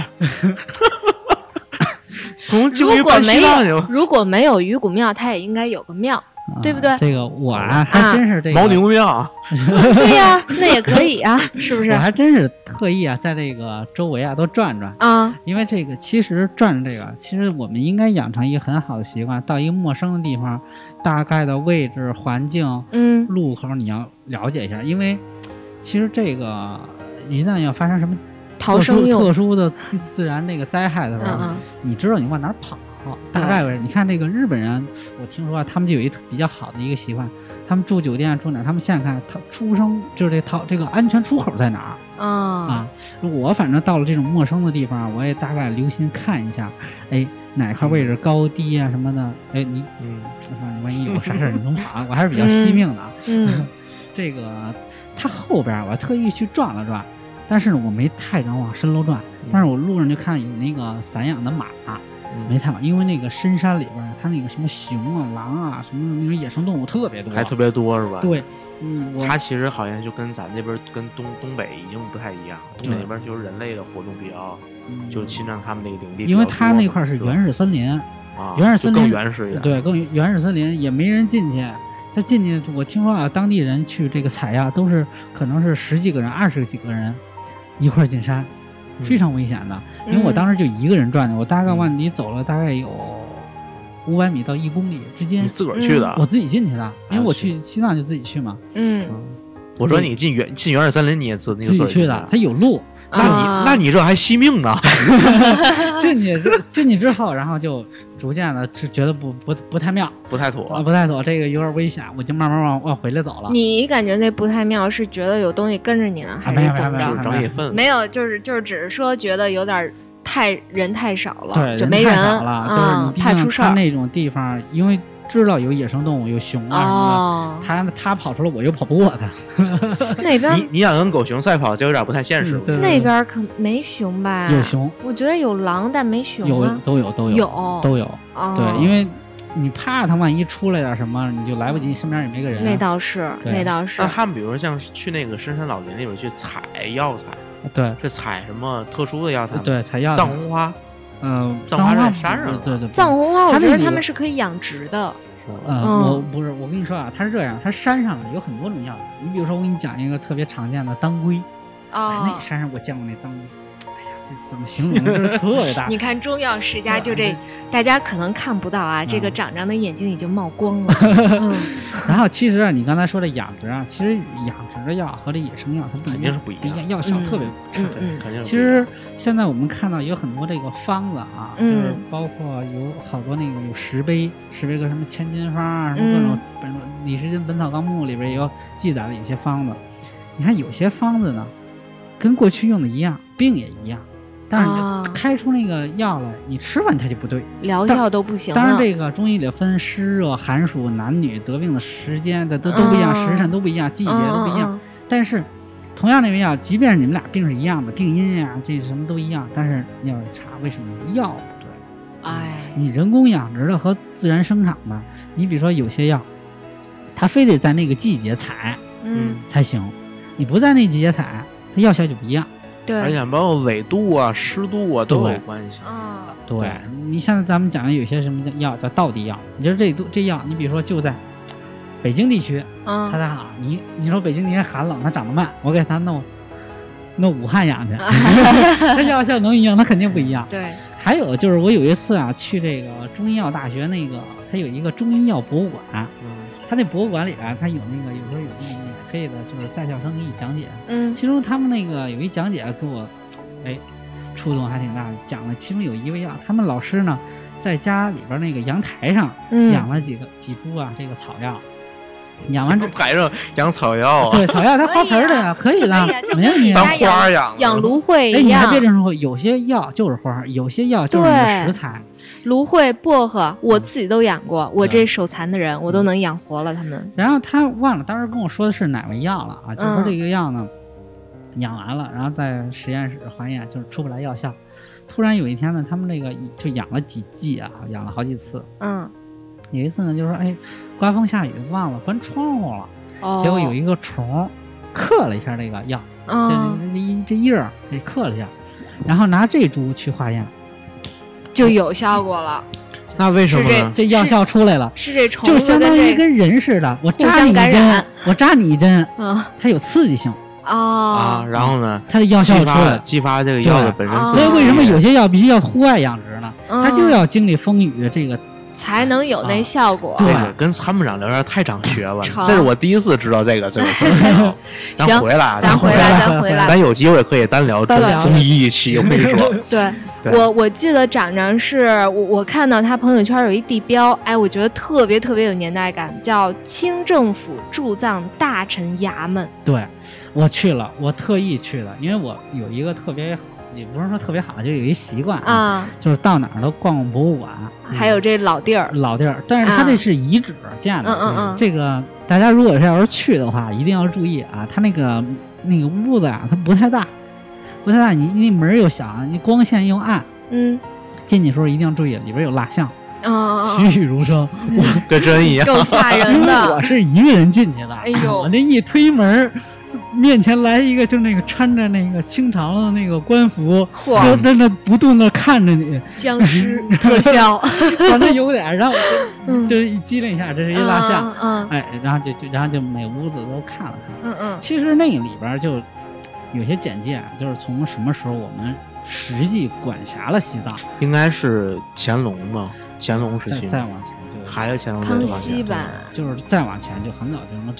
从鲸鱼搬西藏去。如果没有鱼骨庙，它也应该有个庙，对不对？ 这个我还真是这个牦牛庙。 对呀，那也可以啊，是不是？ 我还真是特意在这个周围都转转因为这个其实转这个，其实我们应该养成一个很好的习惯，到一个陌生的地方，大概的位置、环境、路口你要了解一下，因为其实这个一旦要发生什么特殊的自然那个灾害的时候，你知道你往哪儿跑。大概你看这个日本人，我听说他们就有一比较好的一个习惯，他们住酒店住哪儿，他们现在看他出生就是这个安全出口在哪儿我反正到了这种陌生的地方，我也大概留心看一下，哪块位置高低啊什么的，你万一有啥事你能跑，我还是比较惜命的这个他后边我特意去转了转，但是我没太敢往深楼转，但是我路上就看有那个散养的马没太晚，因为那个深山里边，它那个什么熊啊、狼啊，什么那种野生动物特别多， 还特别多是吧？ 对， 它其实好像就跟咱这边跟东北已经不太一样，东北那边就是人类的活动比较，就侵占他们那个领地， 因为它那块是原始森林啊， 原始森林更原始一点， 对，更原始森林也没人进去。他进去，我听说啊，当地人去这个采药都是可能是10几个人、20几个人一块进山，非常危险的。因为我当时就一个人转的，我大概往里走了大概有500米到1公里之间。 你自个儿去的？ 我自己进去的，因为我去西藏就自己去嘛。 我说你进原始森林你也自己去的，他有路。 那你这还惜命呢？ 进去之后，然后就逐渐的就觉得不太妙， 不太妥， 这个有点危险，我就慢慢往回来走了。 你感觉那不太妙，是觉得有东西跟着你呢，还是怎么着？ 整野粪？ 没有，就是只是说觉得有点人太少了， 对， 就没人了，就是怕出事儿。 那种地方，因为知道有野生动物，有熊啊什么的，他跑出来，我又跑不过他。 那边你想跟狗熊赛跑，就有点不太现实。 那边可没熊吧？ 有熊， 我觉得有狼，但没熊啊。 都有。对，因为你怕他万一出来点什么，你就来不及，身边也没个人。 那倒是。 那他们比如说像去那个深山老林里边去采药材， 对， 是采什么特殊的药材？ 对，采药材。 藏红花。 藏红花在山上， 对， 藏红花，我觉得他们是可以养殖的。 我不是，我跟你说啊，它是这样，它山上有很多种药材。你比如说，我给你讲一个特别常见的当归，那山上我见过那当归，哎呀，这怎么形容？就是特别大。 你看中药世家就这，大家可能看不到啊，这个长的眼睛已经冒光了。 然后其实啊，你刚才说的养殖啊，其实养殖的药和这野生药它肯定是不一样， 药效特别差。 肯定。 其实现在我们看到有很多这个方子啊，就是包括有好多那个有10杯个什么千金方啊，什么各种，李时珍《本草纲目》里边也有记载的有些方子。你看有些方子呢，跟过去用的一样，病也一样。但是开出那个药来，你吃完它就不对， 疗效都不行了。 当然，这个中医里分湿热、寒暑、男女得病的时间的都不一样，时辰都不一样，季节都不一样。但是，同样那味药，即便是你们俩病是一样的，病因呀这什么都一样，但是你要查为什么药不对？你人工养殖的和自然生长的，你比如说有些药，它非得在那个季节采，才行。你不在那季节采，它药效就不一样。 对， 而且包括纬度啊、湿度啊都有关系。 对，你现在咱们讲的有些什么药叫道地药，你就是这药，你比如说就在北京地区，它才好。你说北京地区寒冷，它长得慢，我给它弄武汉养去，它药效能一样，它肯定不一样。 对。 还有就是我有一次啊，去这个中医药大学那个，它有一个中医药博物馆，它那博物馆里边它有那个有时候有那个免费的，就是在校生给你讲解。其中他们那个有一讲解给我，触动还挺大的。讲了其中有一味药，他们老师呢在家里边那个阳台上养了几株啊这个草药。养完这排上养草药， 对，草药它花盆的呀，可以的，没问题。 当花养芦荟一样。 你还别这么说，有些药就是花，有些药就是食材。 芦荟、薄荷，我自己都养过。我这手残的人，我都能养活了他们。 然后他忘了当时跟我说的是哪味药了啊？就说这个药呢，养完了，然后在实验室化验，就是出不来药效。突然有一天呢，他们这个就养了几剂啊，养了好几次。有一次呢，就是说，刮风下雨忘了关窗户了，结果有一个虫刻了一下这个药，这叶儿给刻了一下，然后拿这株去化验， 就有效果了。 那为什么呢？ 这药效出来了， 是这虫就相当于跟人似的，我扎你一针，我扎你一针，它有刺激性然后呢， 它的药效出来， 激发这个药的本身。 所以为什么有些药必须要户外养殖呢？它就要经历风雨这个。 才能有那效果。 对，跟参谋长聊天太长学问了，这是我第一次知道这个事儿。咱回来， 咱回来， 咱有机会可以单聊中医一期。我跟你说， 对我记得长长是我看到他朋友圈有一地标，我觉得特别有年代感，叫清政府驻藏大臣衙门。 对，我去了，我特意去的，因为我有一个特别好。也不是说特别好，就有一习惯就是到哪儿都逛逛博物馆， 还有这老地儿， 但是它这是遗址建的，这个大家如果要是去的话，一定要注意啊，它那个屋子啊，它不太大，你门又小，你光线又暗， 进去的时候一定要注意，里边有蜡像。 栩栩如生， 跟真一样， 够吓人的。 我是一个人进去的， 哎呦， 我这一推门，面前来一个就那个穿着那个清朝的那个官服，就在那不动的看着你， 僵尸特效， 反正有点，然后我就一激灵一下，这是一蜡像，哎，然后就每屋子都看了看，其实那个里边就有些简介，就是从什么时候我们实际管辖了西藏， 应该是乾隆吧。乾隆时期再往前就还有乾隆康熙吧， 就是再往前就很早就什么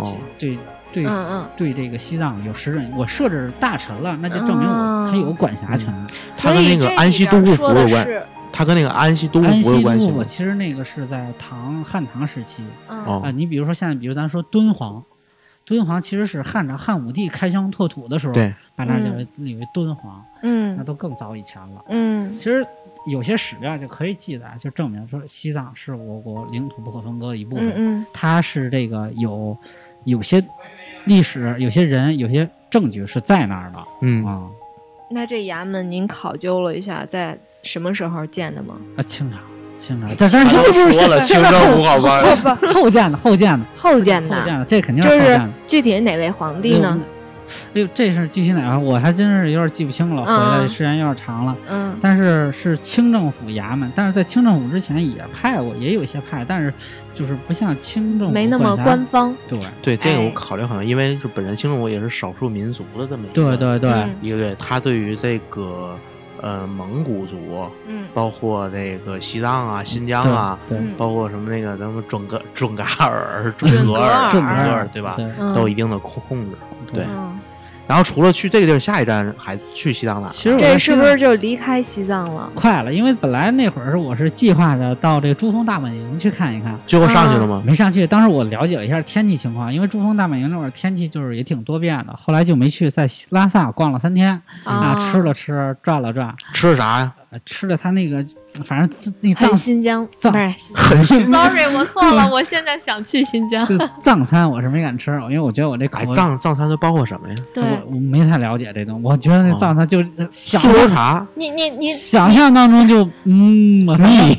对这个西藏有实质，我设置大臣了，那就证明他有管辖权。 他跟那个安西都护府有关，他跟那个安西都护府有关系吗？ 其实那个是在汉唐时期你比如说现在，比如咱说敦煌其实是汉武帝开疆拓土的时候， 对， 把那就列为敦煌，那都更早以前了，其实。有些史料就可以记载，就证明说西藏是我国领土不可分割的一部分。它是这个有些历史、有些人、有些证据是在那儿的。 那这衙门您考究了一下，在什么时候建的吗？ 清朝。这是说了，清政府好吧？ 不，后建的，这肯定是后建的。 具体哪位皇帝呢？ 哎呦，这是具体哪块我还真是有点记不清了，回来时间有点长了。但是清政府衙门，但是在清政府之前也派过，也有一些派，但是就是不像清政府没那么官方。 对，这个我考虑好像因为就本身清政府也是少数民族的这么一个一个对，他对于这个蒙古族，包括这个西藏啊、新疆啊，包括什么那个咱们准噶尔、准噶尔，对吧？都有一定的控制。对，然后除了去这个地儿，下一站还去西藏哪？ 其实这是不是就离开西藏了？ 快了，因为本来那会儿我是计划着到这个珠峰大本营去看一看， 结果上去了吗？ 没上去。当时我了解了一下天气情况，因为珠峰大本营那会儿天气就是也挺多变的，后来就没去，在拉萨逛了3天吃了吃，转了转。 吃了啥呀？ 吃了他那个。反正那个很新疆，不是，sorry， 我错了，我现在想去新疆。 藏餐我是没敢吃，因为我觉得我这口藏餐都包括什么呀？ 对， 我没太了解这东西。我觉得那藏餐就酥油茶， 你想象当中就我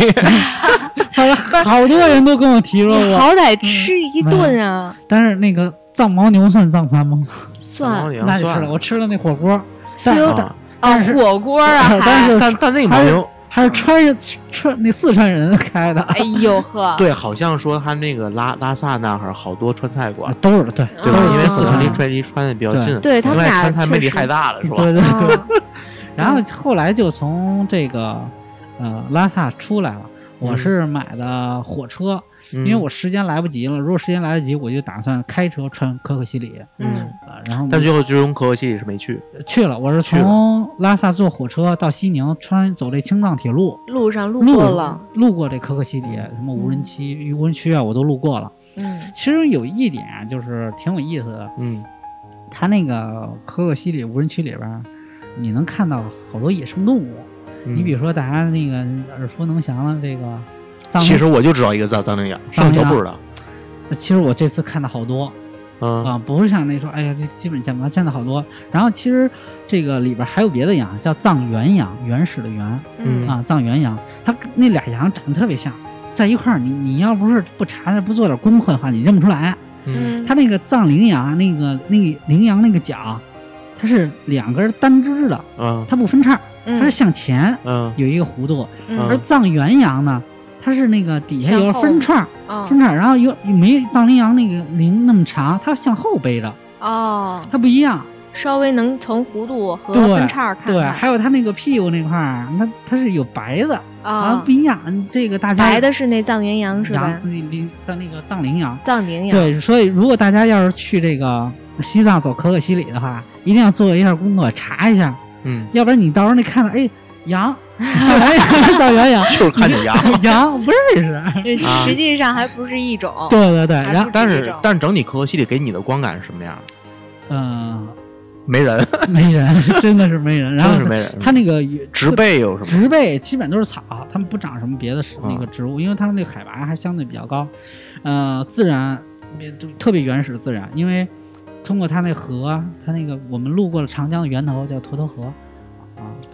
好多人都跟我提说，我好歹吃一顿啊。 但是那个藏牦牛算藏餐吗？ 算， 那就吃了。我吃了那火锅， 火锅啊， 但那个牦牛。 还是穿那四川人开的， 哎呦呵！ 对，好像说他那个拉萨那儿好多川菜馆都是对吧？ 因为四川离川的比较近， 对他们俩川菜魅力太大了，是吧？ 对。然后后来就从这个拉萨出来了，我是买的火车，因为我时间来不及了。如果时间来得及，我就打算开车穿可可西里。然后但最后最终可可西里是没去了。我是从拉萨坐火车到西宁，走这青藏铁路， 路上路过了， 路过这可可西里，什么无人区啊，我都路过了。其实有一点就是挺有意思的。它那个可可西里无人区里边，你能看到好多野生动物。你比如说大家那个耳熟能详的这个藏， 其实我就知道一个藏羚羊，上头不知道。 其实我这次看到好多，不是像那说，哎呀，这基本见不到，见到好多。然后其实这个里边还有别的羊，叫藏原羊，原始的原，藏原羊，它那俩羊长得特别像，在一块儿，你要不是不查查不做点功课的话，你认不出来。它那个藏羚羊，那个羚羊那个角，它是2根单支的，它不分叉。它是向前，有一个弧度，而藏原羊呢，它是那个底下有分叉，然后没藏羚羊那个鳞那么长，它向后背着，它不一样， 稍微能从弧度和分叉看。 对，还有它那个屁股那块儿，它是有白的不一样。这个大家白的是那藏原羊是吧？ 在那个藏羚羊， 对， 所以如果大家要是去这个西藏走可可西里的话，一定要做一下功课，查一下。要不然你到时候看到羊，藏原羊就是看见羊不认识， 实际上还不是一种。 对， 然后但是整体可可西里给你的观感是什么样？没人， 真的是没人。然后它那个植被有什么？ 植被基本都是草，它们不长什么别的那个植物，因为它们那个海拔还相对比较高。自然特别原始的自然，因为通过它那河，它那个我们路过了长江的源头叫沱河，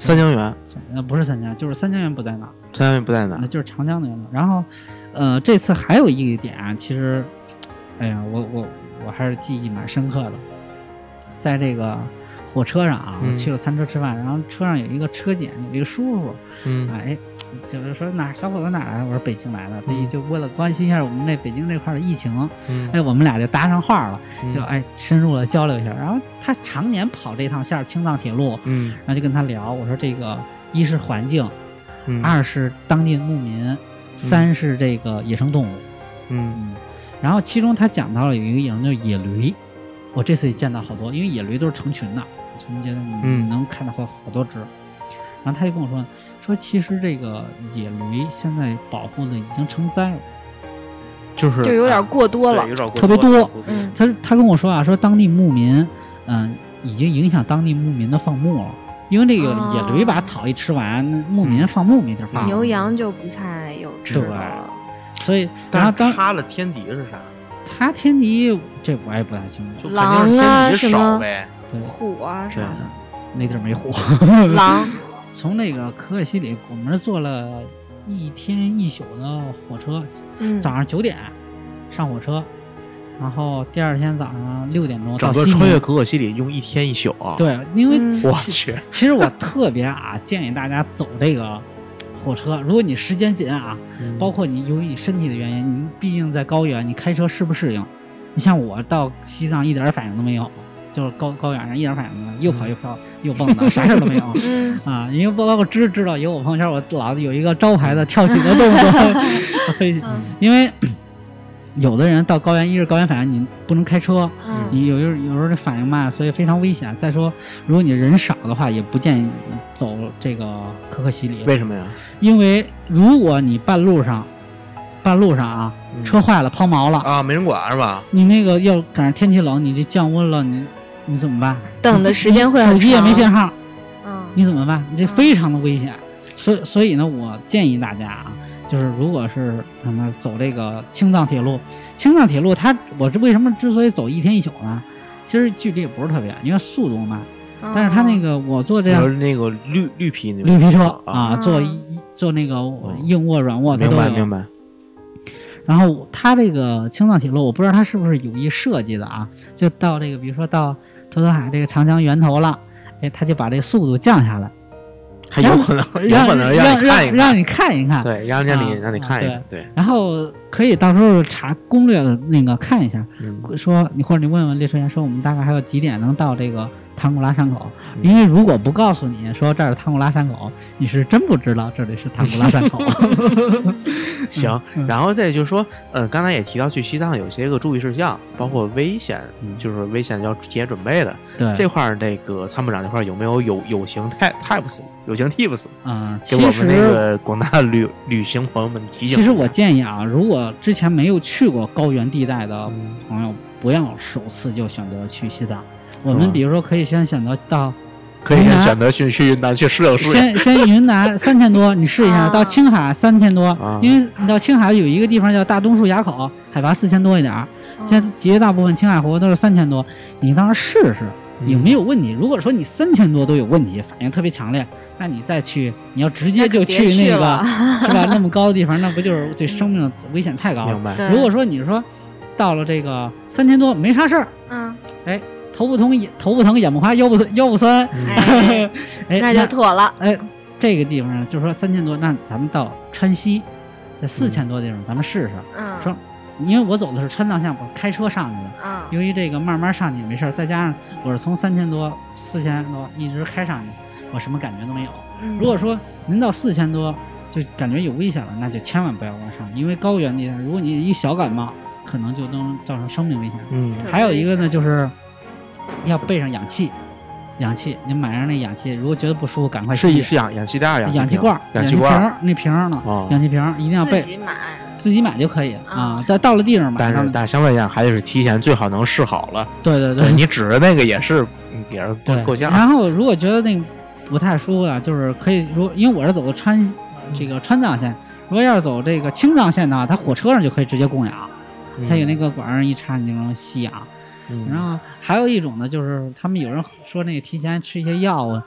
三江源， 不是三江，就是三江源不在那儿， 三江源不在那儿， 那就是长江那边的。然后，这次还有一个点啊，其实，哎呀，我还是记忆蛮深刻的，在这个火车上啊，我去了餐车吃饭，然后车上有一个车检，有一个叔叔，哎，就是说小伙子哪来？我说北京来的，他就为了关心一下我们北京这块的疫情，哎，我们俩就搭上话了，就深入了交流一下。然后他常年跑这趟线青藏铁路，然后就跟他聊，我说这个一是环境，二是当地的牧民，三是这个野生动物，然后其中他讲到了有一个野生就是野驴，我这次也见到好多，因为野驴都是成群的，从街你能看到好多只。然后他就跟我说其实这个野驴现在保护的已经成灾了， 就有点过多了， 特别多。他跟我说啊，说当地牧民已经影响当地牧民的放牧了，因为这个野驴把草一吃完，牧民放牧没地放， 牛羊就不太有吃的了。 所以但是他的天敌是啥？ 他天敌这我也不太清楚， 狼啊什么虎啊啥的， 那地儿没虎。 狼。 从那个可可西里，我们坐了1天1宿的火车，早上9点上火车，然后第二天早上6点钟到西宁。 整个穿越可可西里用1天1宿啊？ 对，因为我去， 其实我特别建议大家走这个火车，如果你时间紧包括你由于你身体的原因，你毕竟在高原，你开车适不适应？你像我到西藏一点反应都没有。就是高原上一点反应没有，又跑又飘又蹦的，啥事都没有因为包括知道有我朋友圈，我老有一个招牌的跳起的动作飞起，因为有的人到高原，一是高原反应你不能开车，你有时候这反应慢，所以非常危险。再说如果你人少的话，也不建议走这个可可西里。 为什么呀？因为如果你半路上车坏了抛锚了没人管是吧？ 你那个要赶上天气冷，你这降温了，你怎么办？ 等的时间会很长， 手机也没信号，你怎么办？你这非常的危险。所以呢，我建议大家就是如果是走这个青藏铁路我为什么之所以走1天1宿呢？其实距离也不是特别远，因为速度慢，但是他那个我坐这样那个绿皮车坐那个硬卧软卧， 明白。 然后他这个青藏铁路，我不知道他是不是有意设计的就到这个，比如说到图图海这个长江源头了，他就把这个速度降下来， 还有可能让你看一看， 对，让你看一看，对。 然后可以到时候查攻略那个看一下，说或者你问问列车员，说我们大概还有几点能到这个唐古拉山口，因为如果不告诉你说这儿是唐古拉山口，你是真不知道这里是唐古拉山口。 行，然后再就是说，刚才也提到去西藏有些个注意事项，包括危险，就是危险要提前准备的。 对这块这个参谋长这块有没有友情 tips 友情 tips 给我们那个广大旅行朋友们提醒？ 其实我建议如果之前没有去过高原地带的朋友，不要首次就选择去西藏。我们比如说可以先选择到， 可以先选择去云南去试试。 先云南3000多，你试一下；到青海3000多，因为你到青海有一个地方叫大东树垭口，海拔4000多一点。现在绝大部分青海湖都是3000多，你到时候试试有没有问题。如果说你3000多都有问题，反应特别强烈，那你再去，你要直接就去那个是吧？那么高的地方，那不就是对生命危险太高了？ 明白。 如果说你说到了这个3000多没啥事儿，头不疼，眼不花，腰不酸， 那就妥了。 这个地方呢，就是说3000多，那咱们到川西，在4000多地方，咱们试试。说，因为我走的是川藏线，我开车上去的。由于这个慢慢上去也没事，再加上我是从3000多、4000多一直开上去，我什么感觉都没有。如果说您到4000多就感觉有危险了，那就千万不要往上，因为高原地带，如果你一小感冒，可能就能造成生命危险。还有一个呢，就是要备上氧气，你买上那氧气，如果觉得不舒服，赶快是氧气袋、 氧气罐、氧气瓶那瓶呢，氧气瓶一定要备，自己买就可以但到了地方买。 但相对讲还得是提前最好能试好了。 对， 你指的那个也是够呛。 然后如果觉得那个不太舒服就是可以，因为我是走的川藏线，如果要是走这个青藏线的话，它火车上就可以直接供氧，它有那个管儿一插你就能吸氧。然后还有一种呢，就是他们有人说那个提前吃一些药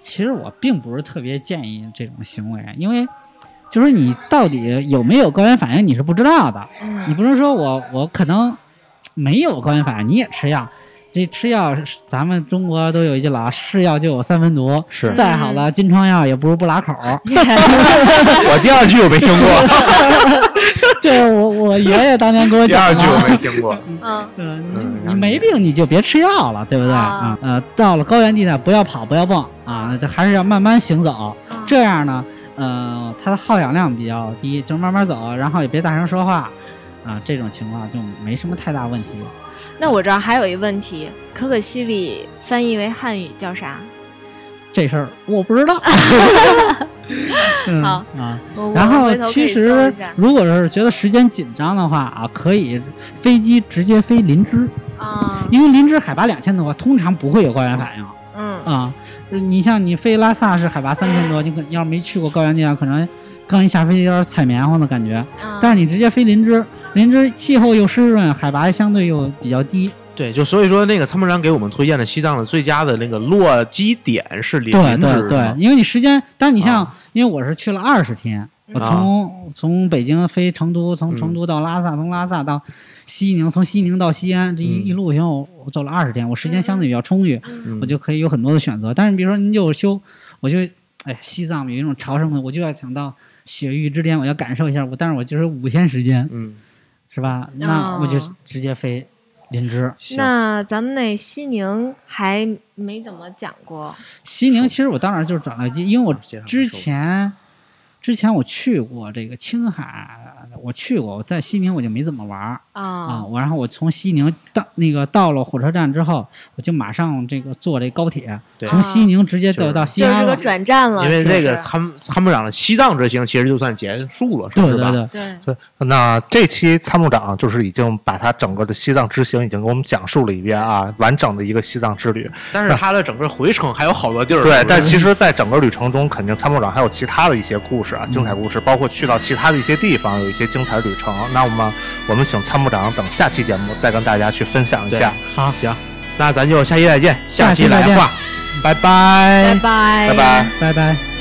其实我并不是特别建议这种行为，因为就是你到底有没有高原反应你是不知道的。你不是说我可能没有高原反应你也吃药，这吃药咱们中国都有一句老是药就有3分毒， 是再好的金疮药也不如不拉口。 我第2句我没听过。 这我爷爷当年给我讲的。 第2句我没听过。 你没病你就别吃药了，对不对啊？到了高原地带不要跑不要蹦啊，这还是要慢慢行走。这样呢，它的耗氧量比较低，就慢慢走，然后也别大声说话啊，这种情况就没什么太大问题。 那我这儿还有一问题，可可西里翻译为汉语叫啥？ 这事儿我不知道。 好啊，然后其实如果是觉得时间紧张的话啊，可以飞机直接飞林芝啊，因为林芝海拔2000多，通常不会有高原反应。你像你飞拉萨是海拔3000多，你要是没去过高原地带，可能刚一下飞机有点踩棉花的感觉。但是你直接飞林芝气候又湿润，海拔相对又比较低。 对，就所以说那个参谋长给我们推荐的西藏的最佳的那个落基点是林芝。 对，因为你时间，但是你像，因为我是去了20天，我从北京飞成都，从成都到拉萨，从拉萨到西宁，从西宁到西安，这一路行我走了20天，我时间相对比较充裕，我就可以有很多的选择。但是比如说您就我就西藏有一种朝圣的，我就要想到雪域之巅，我要感受一下，但是我就是5天时间，是吧？那我就直接飞林芝。 那咱们那西宁还没怎么讲过。 西宁其实我当然就是转了机，因为我之前我去过这个青海，我去过，我在西宁我就没怎么玩然后我从西宁到了火车站之后，我就马上这个坐这高铁，从西宁直接到西安了， 就是个转站了。 因为这个参谋长的西藏之行其实就算结束了，是吧？ 对。 那这期参谋长就是已经把他整个的西藏之行已经给我们讲述了一遍啊，完整的一个西藏之旅。 但是他的整个回程还有好多地儿。 对，但其实在整个旅程中，肯定参谋长还有其他的一些故事啊，精彩故事，包括去到其他的一些地方有一些精彩旅程。那我们请参谋长等下期节目再跟大家去分享一下。 好， 行，那咱就下期再见，下期来话，拜拜拜， 拜拜， 拜拜。